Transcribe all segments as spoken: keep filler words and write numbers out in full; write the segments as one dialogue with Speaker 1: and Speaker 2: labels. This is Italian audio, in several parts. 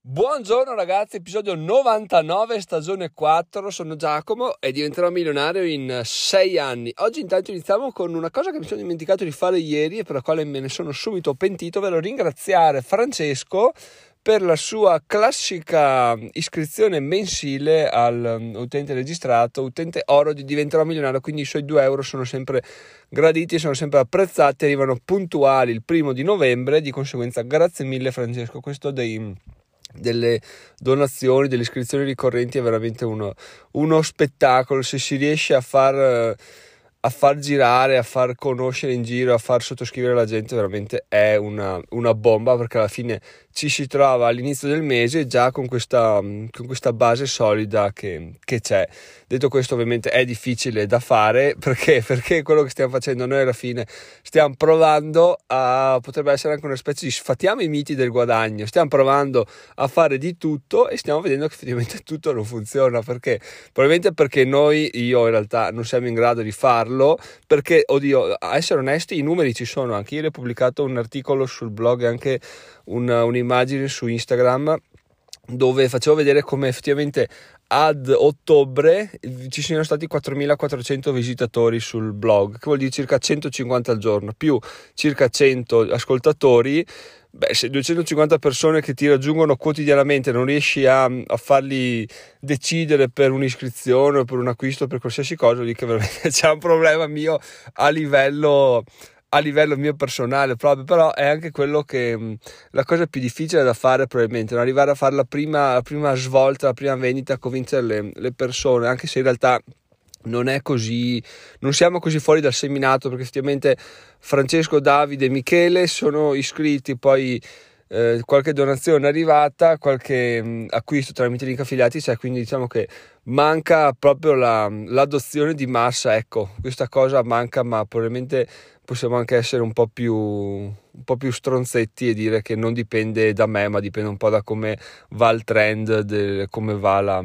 Speaker 1: Buongiorno ragazzi, episodio novantanove, stagione quattro, sono Giacomo e diventerò milionario in sei anni. Oggi intanto iniziamo con una cosa che mi sono dimenticato di fare ieri e per la quale me ne sono subito pentito, ovvero ringraziare Francesco per la sua classica iscrizione mensile all'utente registrato, utente oro di Diventerò Milionario, quindi i suoi due euro sono sempre graditi, sono sempre apprezzati, arrivano puntuali il primo di novembre, di conseguenza grazie mille Francesco, questo dei... delle donazioni, delle iscrizioni ricorrenti è veramente uno, uno spettacolo. Se si riesce a far a far girare, a far conoscere in giro, a far sottoscrivere la gente, veramente è una, una bomba, perché alla fine ci si trova all'inizio del mese già con questa, con questa base solida che, che c'è. Detto questo, ovviamente è difficile da fare, perché perché quello che stiamo facendo noi alla fine stiamo provando a, potrebbe essere anche una specie di sfatiamo i miti del guadagno, stiamo provando a fare di tutto e stiamo vedendo che effettivamente tutto non funziona. Perché? Probabilmente perché noi, io in realtà non siamo in grado di farlo, perché, oddio, a essere onesti i numeri ci sono. Anche ieri ho pubblicato un articolo sul blog e anche una, un'immagine su Instagram dove facevo vedere come effettivamente ad ottobre ci siano stati quattromilaquattrocento visitatori sul blog, che vuol dire circa centocinquanta al giorno, più circa cento ascoltatori. Beh, se duecentocinquanta persone che ti raggiungono quotidianamente non riesci a, a farli decidere per un'iscrizione o per un acquisto o per qualsiasi cosa, vuol dire che veramente c'è un problema mio a livello a livello mio personale proprio. Però è anche quello che la cosa più difficile da fare, probabilmente, non arrivare a fare la prima, la prima svolta, la prima vendita, a convincere le, le persone, anche se in realtà non è così, non siamo così fuori dal seminato, perché effettivamente Francesco, Davide e Michele sono iscritti, poi eh, qualche donazione è arrivata, qualche mh, acquisto tramite link affiliati c'è, quindi diciamo che manca proprio la, l'adozione di massa. Ecco, questa cosa manca, ma probabilmente possiamo anche essere un po' più un po' più stronzetti e dire che non dipende da me, ma dipende un po' da come va il trend, de, come va la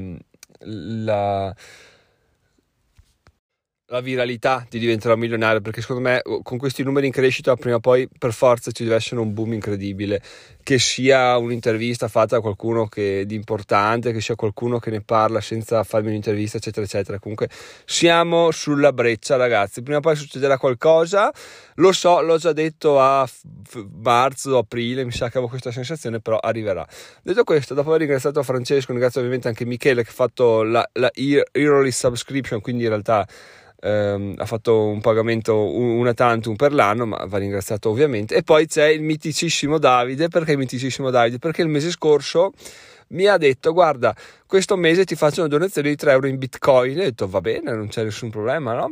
Speaker 1: la la viralità di Diventerò Milionario, perché secondo me con questi numeri in crescita prima o poi per forza ci deve essere un boom incredibile, che sia un'intervista fatta da qualcuno che di importante, che sia qualcuno che ne parla senza farmi un'intervista, eccetera eccetera. Comunque siamo sulla breccia ragazzi, prima o poi succederà qualcosa, lo so, l'ho già detto a f- marzo, aprile, mi sa che avevo questa sensazione, però arriverà. Detto questo, dopo aver ringraziato Francesco, ringrazio ovviamente anche Michele che ha fatto la, la yearly subscription, quindi in realtà Um, ha fatto un pagamento una tantum per l'anno, ma va ringraziato ovviamente. E poi c'è il miticissimo Davide. Perché il miticissimo Davide? Perché il mese scorso mi ha detto: guarda, questo mese ti faccio una donazione di tre euro in bitcoin. E ho detto va bene, non c'è nessun problema, no?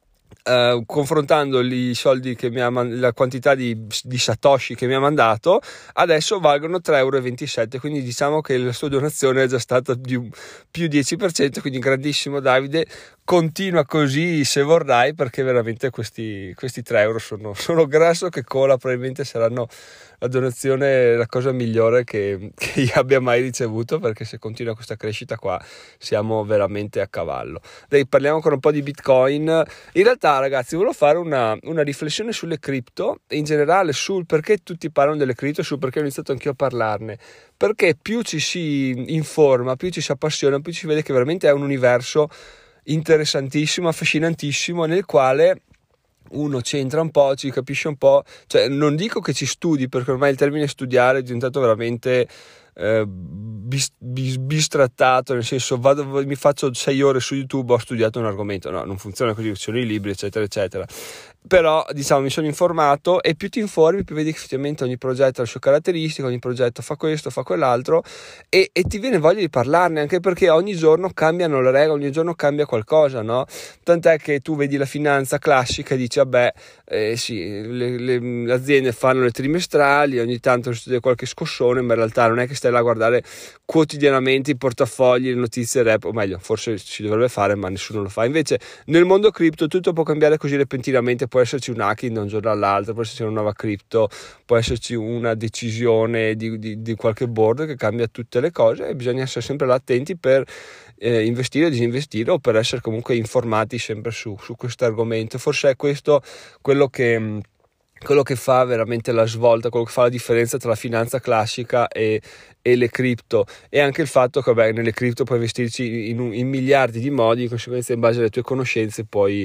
Speaker 1: Uh, confrontando i soldi che mi ha man- la quantità di, di satoshi che mi ha mandato, adesso valgono tre euro e ventisette, quindi diciamo che la sua donazione è già stata più, più dieci per cento. Quindi grandissimo Davide, continua così se vorrai, perché veramente questi, questi tre euro sono, sono grasso che cola, probabilmente saranno la donazione, la cosa migliore che, che io abbia mai ricevuto, perché se continua questa crescita qua siamo veramente a cavallo. Dai, parliamo ancora un po' di Bitcoin. In realtà ragazzi, volevo fare una, una riflessione sulle cripto, in generale sul perché tutti parlano delle cripto, sul perché ho iniziato anch'io a parlarne, perché più ci si informa, più ci si appassiona, più si vede che veramente è un universo interessantissimo, affascinantissimo, nel quale uno ci entra un po', ci capisce un po', cioè non dico che ci studi, perché ormai il termine studiare è diventato veramente eh, bis, bis, bistrattato, nel senso vado, mi faccio sei ore su YouTube, ho studiato un argomento. No, non funziona così, ci sono i libri eccetera eccetera. Però diciamo mi sono informato, e più ti informi più vedi che effettivamente ogni progetto ha le sue caratteristiche, ogni progetto fa questo, fa quell'altro, e, e ti viene voglia di parlarne, anche perché ogni giorno cambiano le regole, ogni giorno cambia qualcosa, no? Tant'è che tu vedi la finanza classica e dici vabbè, eh, sì, le, le, le aziende fanno le trimestrali, ogni tanto succede qualche scossone, ma in realtà non è che stai là a guardare quotidianamente i portafogli, le notizie rap, o meglio, forse si dovrebbe fare ma nessuno lo fa. Invece nel mondo cripto tutto può cambiare così repentinamente, può esserci un hacking da un giorno all'altro, può esserci una nuova cripto, può esserci una decisione di, di, di qualche board che cambia tutte le cose, e bisogna essere sempre là attenti per eh, investire o disinvestire, o per essere comunque informati sempre su, su questo argomento. Forse è questo quello che quello che fa veramente la svolta, quello che fa la differenza tra la finanza classica e, e le cripto, e anche il fatto che vabbè, nelle cripto puoi investirci in, un, in miliardi di modi, di conseguenza in base alle tue conoscenze puoi,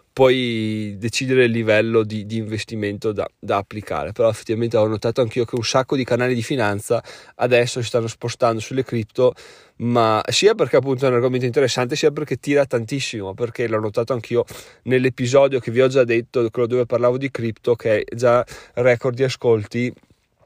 Speaker 1: puoi decidere il livello di, di investimento da, da applicare. Però effettivamente ho notato anch'io che un sacco di canali di finanza adesso si stanno spostando sulle cripto, ma sia perché appunto è un argomento interessante, sia perché tira tantissimo, perché l'ho notato anch'io nell'episodio che vi ho già detto, quello dove parlavo di cripto, che è già record di ascolti.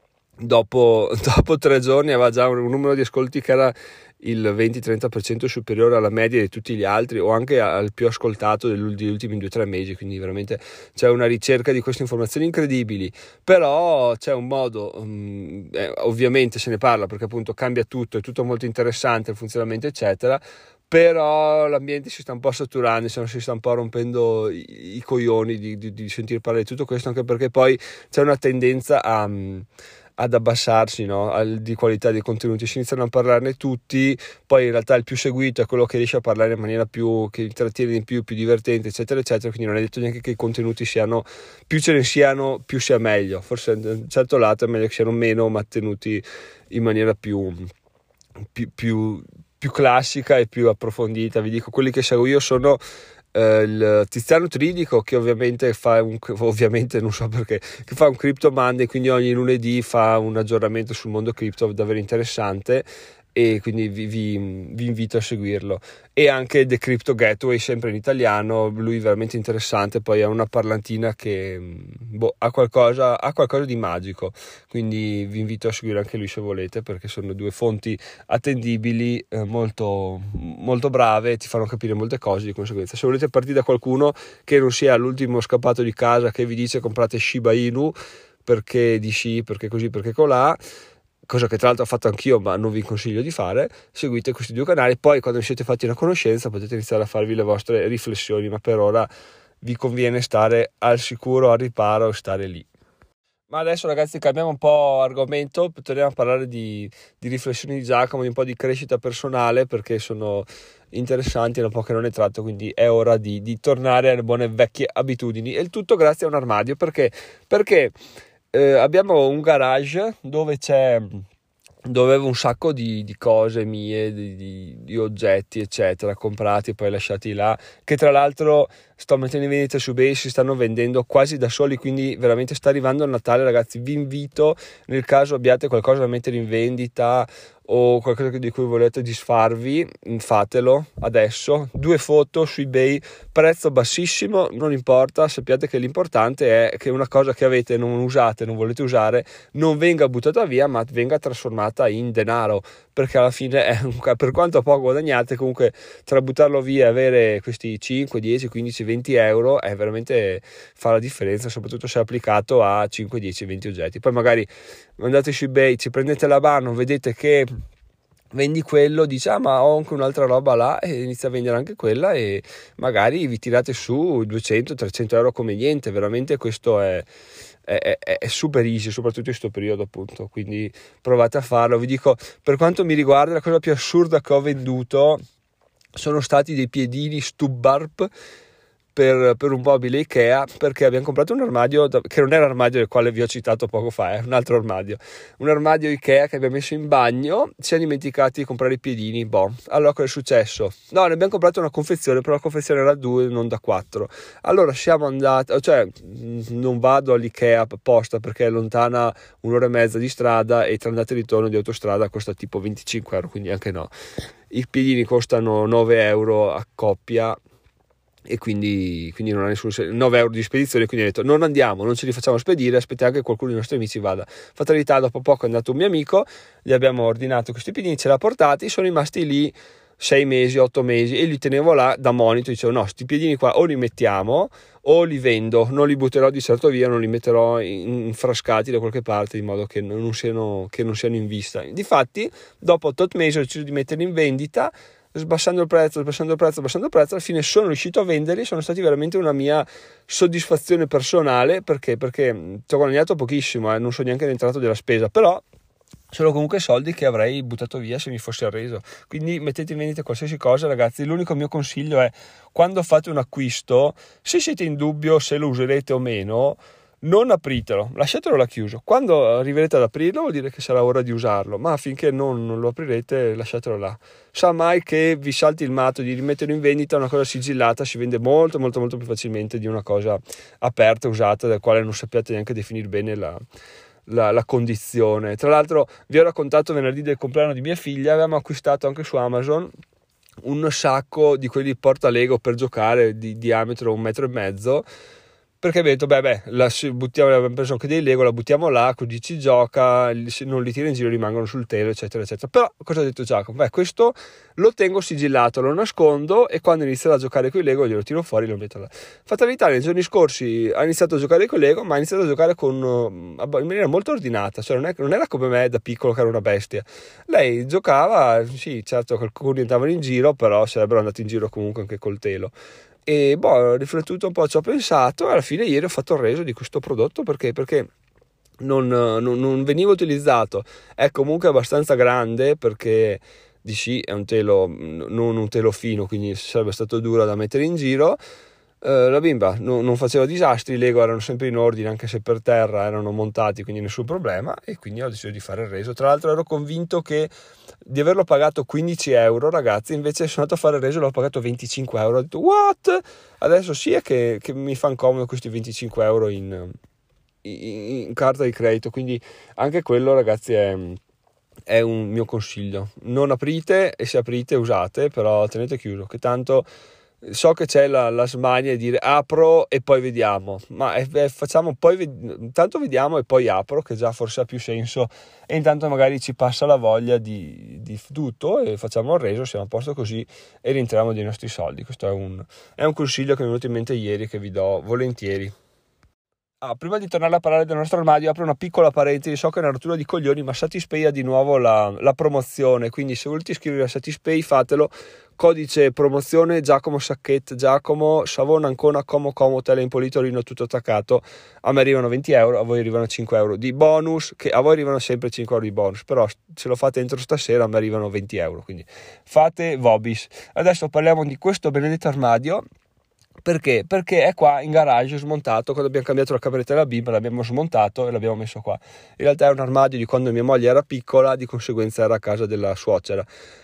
Speaker 1: Dopo, dopo tre giorni aveva già un, un numero di ascolti che era il venti-trenta per cento superiore alla media di tutti gli altri, o anche al più ascoltato degli ultimi due o tre mesi. Quindi veramente c'è una ricerca di queste informazioni incredibili. Però c'è un modo, um, eh, ovviamente se ne parla perché appunto cambia tutto, è tutto molto interessante il funzionamento eccetera, però l'ambiente si sta un po' saturando, si sta un po' rompendo i, i coglioni di, di, di sentire parlare di tutto questo, anche perché poi c'è una tendenza a ad abbassarsi, no? Al, di qualità dei contenuti, si iniziano a parlarne tutti, poi in realtà il più seguito è quello che riesce a parlare in maniera più, che intrattiene di più, più divertente eccetera eccetera, quindi non è detto neanche che i contenuti siano, più ce ne siano più sia meglio, forse da un certo lato è meglio che siano meno ma tenuti in maniera più, più, più, più classica e più approfondita. Vi dico, quelli che seguo io sono il Tiziano Tridico, che ovviamente fa un, ovviamente non so perché, che fa un Crypto Monday, quindi ogni lunedì fa un aggiornamento sul mondo cripto davvero interessante, e quindi vi, vi, vi invito a seguirlo. E anche The Crypto Gateway, sempre in italiano, lui veramente interessante, poi ha una parlantina che boh, ha qualcosa ha qualcosa di magico, quindi vi invito a seguire anche lui se volete, perché sono due fonti attendibili, eh, molto, molto brave, ti fanno capire molte cose. Di conseguenza, se volete partire da qualcuno che non sia l'ultimo scappato di casa che vi dice comprate Shiba Inu perché di sì, perché così, perché colà, cosa che tra l'altro ho fatto anch'io ma non vi consiglio di fare, seguite questi due canali. Poi quando siete fatti una conoscenza potete iniziare a farvi le vostre riflessioni, ma per ora vi conviene stare al sicuro, al riparo, stare lì. Ma adesso ragazzi cambiamo un po' argomento, torniamo a parlare di, di riflessioni di Giacomo, di un po' di crescita personale, perché sono interessanti, è un po' che non ne tratto, quindi è ora di, di tornare alle buone vecchie abitudini, e il tutto grazie a un armadio. Perché? Perché Eh, abbiamo un garage dove c'è dove avevo un sacco di, di cose mie, di, di, di oggetti eccetera, comprati e poi lasciati là, che tra l'altro sto mettendo in vendita su eBay, si stanno vendendo quasi da soli, quindi veramente sta arrivando il Natale ragazzi. Vi invito, nel caso abbiate qualcosa da mettere in vendita o qualcosa di cui volete disfarvi, fatelo adesso. Due foto su eBay, prezzo bassissimo, non importa, sappiate che l'importante è che una cosa che avete, non usate, non volete usare, non venga buttata via ma venga trasformata in denaro, perché alla fine è un, per quanto poco guadagnate, comunque tra buttarlo via e avere questi cinque, dieci, quindici, venti euro è veramente, fa la differenza, soprattutto se applicato a cinque, dieci, venti oggetti. Poi magari andate su eBay, ci prendete la mano, vedete che vendi quello, dici ah ma ho anche un'altra roba là, e inizia a vendere anche quella e magari vi tirate su duecento trecento euro come niente. Veramente questo è È, è, è super easy, soprattutto in questo periodo appunto, quindi provate a farlo. Vi dico, per quanto mi riguarda, la cosa più assurda che ho venduto sono stati dei piedini Stubbarp per, per un mobile Ikea, perché abbiamo comprato un armadio da, che non è l'armadio del quale vi ho citato poco fa, è un altro armadio, un armadio Ikea che abbiamo messo in bagno, ci siamo dimenticati di comprare i piedini. Boh, allora cosa è successo? No, ne abbiamo comprato una confezione, però la confezione era due, non da quattro. Allora siamo andati, cioè non vado all'Ikea apposta perché è lontana un'ora e mezza di strada, e tra andata e ritorno di autostrada costa tipo venticinque euro, quindi anche no. I piedini costano nove euro a coppia, e quindi, quindi non ha nessun senso, nove euro di spedizione, quindi ho detto non andiamo, non ce li facciamo spedire, aspettiamo che qualcuno dei nostri amici vada. Fatalità, dopo poco è andato un mio amico, gli abbiamo ordinato questi piedini, ce l'ha portati, sono rimasti lì sei mesi, otto mesi, e li tenevo là da monito, dicevo no, sti piedini qua o li mettiamo o li vendo, non li butterò di certo via, non li metterò infrascati da qualche parte, in modo che non siano, che non siano in vista. Difatti dopo otto mesi ho deciso di metterli in vendita, sbassando il prezzo, sbassando il prezzo, sbassando il prezzo, alla fine sono riuscito a venderli, sono stati veramente una mia soddisfazione personale, perché perché ci ho guadagnato pochissimo, eh, non so neanche l'entrato della spesa, però sono comunque soldi che avrei buttato via se mi fossi arreso. Quindi mettete in vendita qualsiasi cosa ragazzi. L'unico mio consiglio è, quando fate un acquisto, se siete in dubbio se lo userete o meno, non apritelo, lasciatelo là chiuso. Quando arriverete ad aprirlo vuol dire che sarà ora di usarlo, ma finché non, non lo aprirete lasciatelo là. Sa mai che vi salti il matto di rimetterlo in vendita. Una cosa sigillata si vende molto molto molto più facilmente di una cosa aperta, usata, della quale non sappiate neanche definire bene la, la, la condizione. Tra l'altro vi ho raccontato venerdì del compleanno di mia figlia, avevamo acquistato anche su Amazon un sacco di quelli porta Lego per giocare di diametro un metro e mezzo, perché abbiamo detto beh beh la buttiamo, abbiamo preso anche dei Lego, la buttiamo là così ci gioca, non li tira in giro, rimangono sul telo eccetera eccetera. Però cosa ha detto Giacomo? Beh, questo lo tengo sigillato, lo nascondo e quando inizierà a giocare con i Lego glielo tiro fuori e lo metto là. Fatalità, nei giorni scorsi ha iniziato a giocare con i Lego, ma ha iniziato a giocare con in maniera molto ordinata, cioè non, è, non era come me da piccolo che era una bestia. Lei giocava, sì certo alcuni andavano in giro, però sarebbero andati in giro comunque anche col telo. E boh, ho riflettuto un po', ci ho pensato e alla fine ieri ho fatto il reso di questo prodotto perché, perché non, non, non veniva utilizzato. È comunque abbastanza grande perché di sì è un telo, non un telo fino, quindi sarebbe stato duro da mettere in giro. Uh, la bimba no, non faceva disastri, i Lego erano sempre in ordine anche se per terra erano montati, quindi nessun problema, e quindi ho deciso di fare il reso. Tra l'altro ero convinto che di averlo pagato quindici euro, ragazzi, invece sono andato a fare il reso e l'ho pagato venticinque euro. Ho detto what? Adesso sì è che, che mi fanno comodo questi venticinque euro in, in, in carta di credito, quindi anche quello, ragazzi, è è un mio consiglio. Non aprite, e se aprite usate, però tenete chiuso, che tanto so che c'è la, la smania di dire apro e poi vediamo, ma è, è, facciamo poi ved- tanto vediamo e poi apro, che già forse ha più senso, e intanto magari ci passa la voglia di, di tutto e facciamo il reso, siamo a posto così e rientriamo dei nostri soldi. Questo è un, è un consiglio che mi è venuto in mente ieri, che vi do volentieri. Ah, prima di tornare a parlare del nostro armadio, apro una piccola parentesi. So che è una rottura di coglioni, ma Satispay ha di nuovo la, la promozione, quindi se volete iscrivervi a Satispay fatelo. Codice promozione Giacomo Sacchette, Giacomo Savona Ancona Como Como Tele Impolito Rino tutto attaccato. A me arrivano venti euro, a voi arrivano cinque euro di bonus, che a voi arrivano sempre cinque euro di bonus, però se lo fate entro stasera a me arrivano venti euro, quindi fate vobis. Adesso parliamo di questo benedetto armadio. Perché? Perché è qua in garage smontato. Quando abbiamo cambiato la cameretta della bimba l'abbiamo smontato e l'abbiamo messo qua. In realtà è un armadio di quando mia moglie era piccola, di conseguenza era a casa della suocera.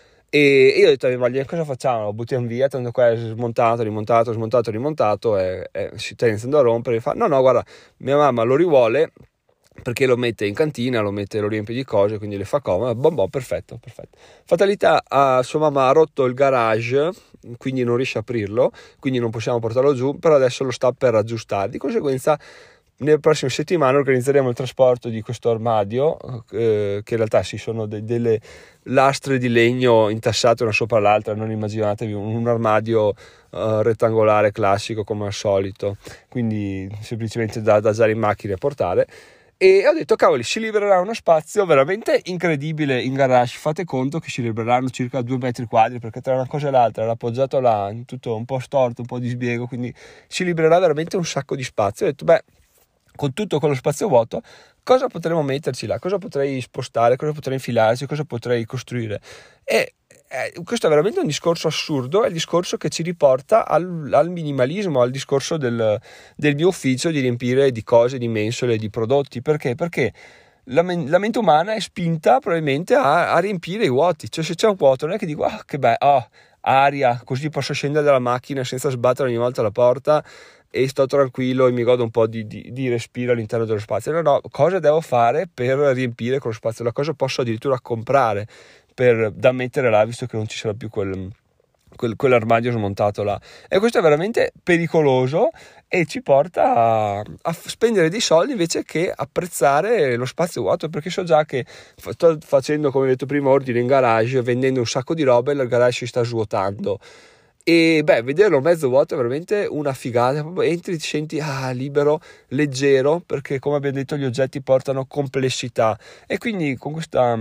Speaker 1: E io ho detto a mia moglie: cosa facciamo? Lo buttiamo via, tanto qua è smontato, rimontato, smontato, rimontato e, e si sta iniziando a rompere. Fa, no no guarda, mia mamma lo rivuole perché lo mette in cantina, lo mette, lo riempie di cose, quindi le fa comodo. Bon, bon, perfetto, perfetto. Fatalità, a sua mamma ha rotto il garage, quindi non riesce a aprirlo, quindi non possiamo portarlo giù, però adesso lo sta per aggiustare. Di conseguenza nelle prossime settimane organizzeremo il trasporto di questo armadio, eh, che in realtà sì, sono de- delle lastre di legno intassate una sopra l'altra. Non immaginatevi un, un armadio uh, rettangolare classico come al solito, quindi semplicemente da adagiare in macchina e portare. E ho detto cavoli, si libererà uno spazio veramente incredibile in garage. Fate conto che si libereranno circa due metri quadri, perché tra una cosa e l'altra era appoggiato là, tutto un po' storto, un po' di sbiego, quindi si libererà veramente un sacco di spazio. Ho detto beh, con tutto quello spazio vuoto, cosa potremo metterci là? Cosa potrei spostare? Cosa potrei infilarci? Cosa potrei costruire? E eh, questo è veramente un discorso assurdo, è il discorso che ci riporta al, al minimalismo, al discorso del, del mio ufficio di riempire di cose, di mensole, di prodotti. Perché? Perché la, la mente umana è spinta probabilmente a, a riempire i vuoti. Cioè se c'è un vuoto non è che dico ah che bello, oh, aria, così posso scendere dalla macchina senza sbattere ogni volta la porta e sto tranquillo e mi godo un po' di, di, di respiro all'interno dello spazio. No, no, cosa devo fare per riempire quello spazio? La cosa posso addirittura comprare per, da mettere là, visto che non ci sarà più quel, quel, quell'armadio smontato là. E questo è veramente pericoloso e ci porta a, a spendere dei soldi invece che apprezzare lo spazio vuoto, perché so già che sto facendo, come detto prima, ordine in garage, vendendo un sacco di roba e il garage si sta svuotando. E beh, vederlo mezzo vuoto è veramente una figata. Proprio entri, ti senti ah, libero, leggero, perché come abbiamo detto gli oggetti portano complessità, e quindi con questa,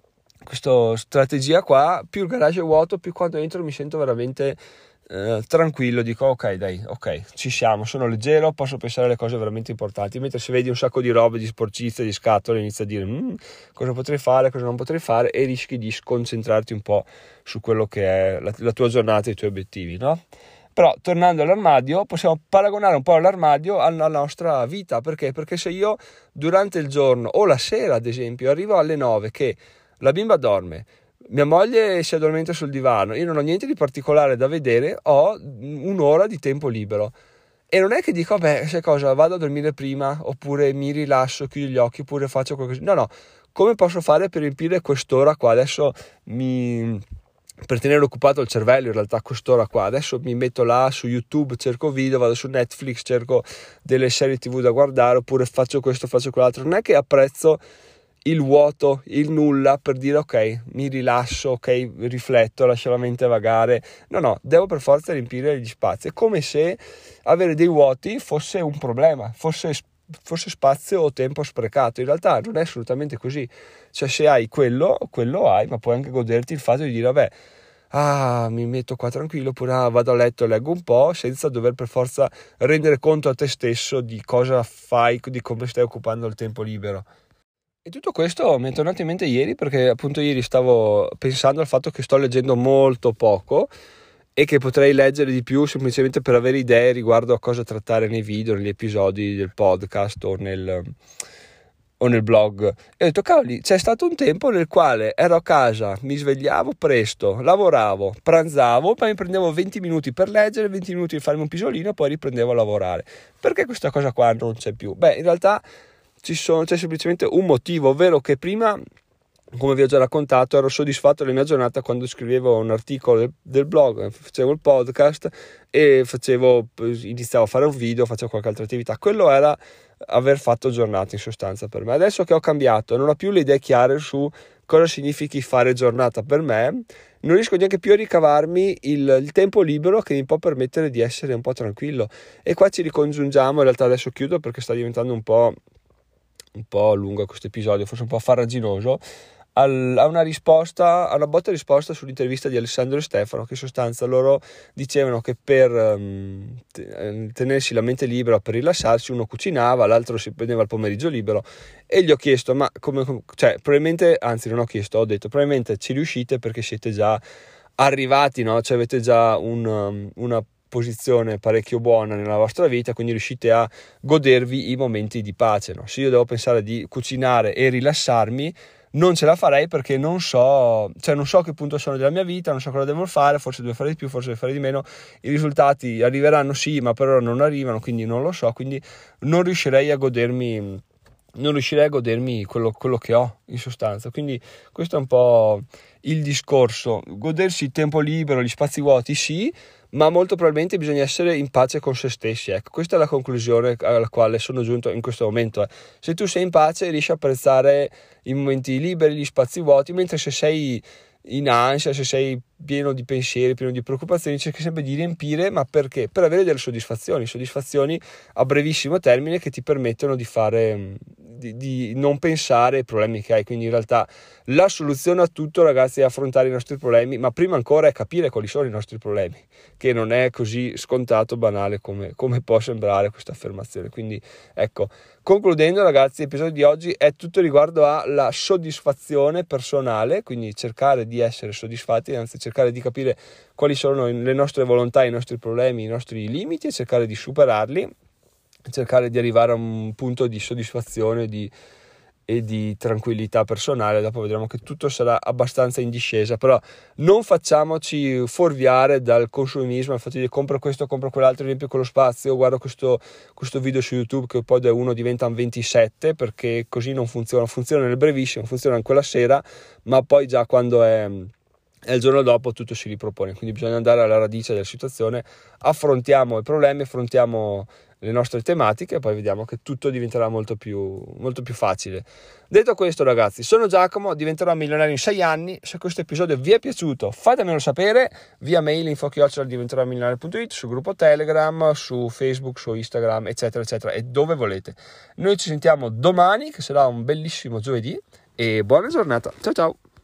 Speaker 1: questa strategia qua, più il garage è vuoto, più quando entro mi sento veramente eh, tranquillo, dico ok dai, ok, ci siamo, sono leggero, posso pensare alle cose veramente importanti. Mentre se vedi un sacco di robe, di sporcizie, di scatole, inizi a dire mm, cosa potrei fare, cosa non potrei fare, e rischi di sconcentrarti un po' su quello che è la, la tua giornata e i tuoi obiettivi, no? Però tornando all'armadio, possiamo paragonare un po' l'armadio alla nostra vita. Perché? Perché se io durante il giorno o la sera, ad esempio, arrivo alle nove che la bimba dorme, mia moglie si addormenta sul divano, io non ho niente di particolare da vedere, ho un'ora di tempo libero. E non è che dico, beh, sai cosa, vado a dormire prima, oppure mi rilasso, chiudo gli occhi, oppure faccio qualcosa. No, no, come posso fare per riempire quest'ora qua? Adesso mi... per tenere occupato il cervello in realtà quest'ora qua, adesso mi metto là su YouTube, cerco video, vado su Netflix, cerco delle serie tv da guardare, oppure faccio questo, faccio quell'altro. Non è che apprezzo il vuoto, il nulla, per dire ok, mi rilasso, ok, rifletto, lascio la mente vagare. No, no, devo per forza riempire gli spazi. È come se avere dei vuoti fosse un problema, fosse, fosse spazio o tempo sprecato. In realtà non è assolutamente così. Cioè, se hai quello, quello hai, ma puoi anche goderti il fatto di dire, vabbè, ah, mi metto qua tranquillo, oppure ah, vado a letto e leggo un po', senza dover per forza rendere conto a te stesso di cosa fai, di come stai occupando il tempo libero. E tutto questo mi è tornato in mente ieri, perché appunto ieri stavo pensando al fatto che sto leggendo molto poco e che potrei leggere di più semplicemente per avere idee riguardo a cosa trattare nei video, negli episodi del podcast o nel, o nel blog. E ho detto, cavoli, c'è stato un tempo nel quale ero a casa, mi svegliavo presto, lavoravo, pranzavo, poi mi prendevo venti minuti per leggere, venti minuti per farmi un pisolino e poi riprendevo a lavorare. Perché questa cosa qua non c'è più? Beh, in realtà Ci sono, c'è semplicemente un motivo, ovvero che prima, come vi ho già raccontato, ero soddisfatto della mia giornata quando scrivevo un articolo del, del blog, facevo il podcast e facevo, iniziavo a fare un video, facevo qualche altra attività. Quello era aver fatto giornata in sostanza per me. Adesso che ho cambiato, non ho più le idee chiare su cosa significhi fare giornata per me, non riesco neanche più a ricavarmi il, il tempo libero che mi può permettere di essere un po' tranquillo. E qua ci ricongiungiamo, in realtà adesso chiudo perché sta diventando un po'... un po' lungo questo episodio, forse un po' farraginoso, al, a una risposta, a una botta risposta sull'intervista di Alessandro e Stefano, che in sostanza loro dicevano che per um, tenersi la mente libera, per rilassarsi, uno cucinava, l'altro si prendeva il pomeriggio libero. E gli ho chiesto, ma come, cioè probabilmente, anzi non ho chiesto, ho detto probabilmente ci riuscite perché siete già arrivati, no? Cioè avete già un, um, una posizione parecchio buona nella vostra vita, quindi riuscite a godervi i momenti di pace, no? Se io devo pensare di cucinare e rilassarmi, non ce la farei perché non so, cioè non so a che punto sono della mia vita, non so cosa devo fare, forse devo fare di più, forse devo fare di meno, i risultati arriveranno sì, ma per ora non arrivano, quindi non lo so, quindi non riuscirei a godermi non riuscirei a godermi quello, quello che ho in sostanza. Quindi questo è un po' il discorso: godersi il tempo libero, gli spazi vuoti sì, ma molto probabilmente bisogna essere in pace con se stessi. Ecco, questa è la conclusione alla quale sono giunto in questo momento. Eh. Se tu sei in pace riesci a apprezzare i momenti liberi, gli spazi vuoti, mentre se sei in ansia, se sei pieno di pensieri, pieno di preoccupazioni, cerchi sempre di riempire, ma perché? Per avere delle soddisfazioni, soddisfazioni a brevissimo termine che ti permettono di fare, di, di non pensare ai problemi che hai. Quindi in realtà la soluzione a tutto, ragazzi, è affrontare i nostri problemi, ma prima ancora è capire quali sono i nostri problemi, che non è così scontato, banale come, come può sembrare questa affermazione. Quindi ecco, concludendo, ragazzi, l'episodio di oggi è tutto riguardo alla soddisfazione personale, quindi cercare di essere soddisfatti, anzi cercare di capire quali sono le nostre volontà, i nostri problemi, i nostri limiti e cercare di superarli, cercare di arrivare a un punto di soddisfazione di, e di tranquillità personale. Dopo vedremo che tutto sarà abbastanza in discesa, però non facciamoci fuorviare dal consumismo, il fatto di compro questo, compro quell'altro, riempio quello spazio, guardo questo, questo video su YouTube che poi da uno diventano ventisette, perché così non funziona, funziona nel brevissimo, funziona in quella sera, ma poi già quando è... e il giorno dopo tutto si ripropone. Quindi bisogna andare alla radice della situazione, affrontiamo i problemi, affrontiamo le nostre tematiche e poi vediamo che tutto diventerà molto più, molto più facile. Detto questo, ragazzi, sono Giacomo, diventerò milionario in sei anni. Se questo episodio vi è piaciuto fatemelo sapere via mail info chiocciola diventerò milionario punto it, sul gruppo Telegram, su Facebook, su Instagram, eccetera eccetera, e dove volete. Noi ci sentiamo domani, che sarà un bellissimo giovedì, e buona giornata. Ciao ciao.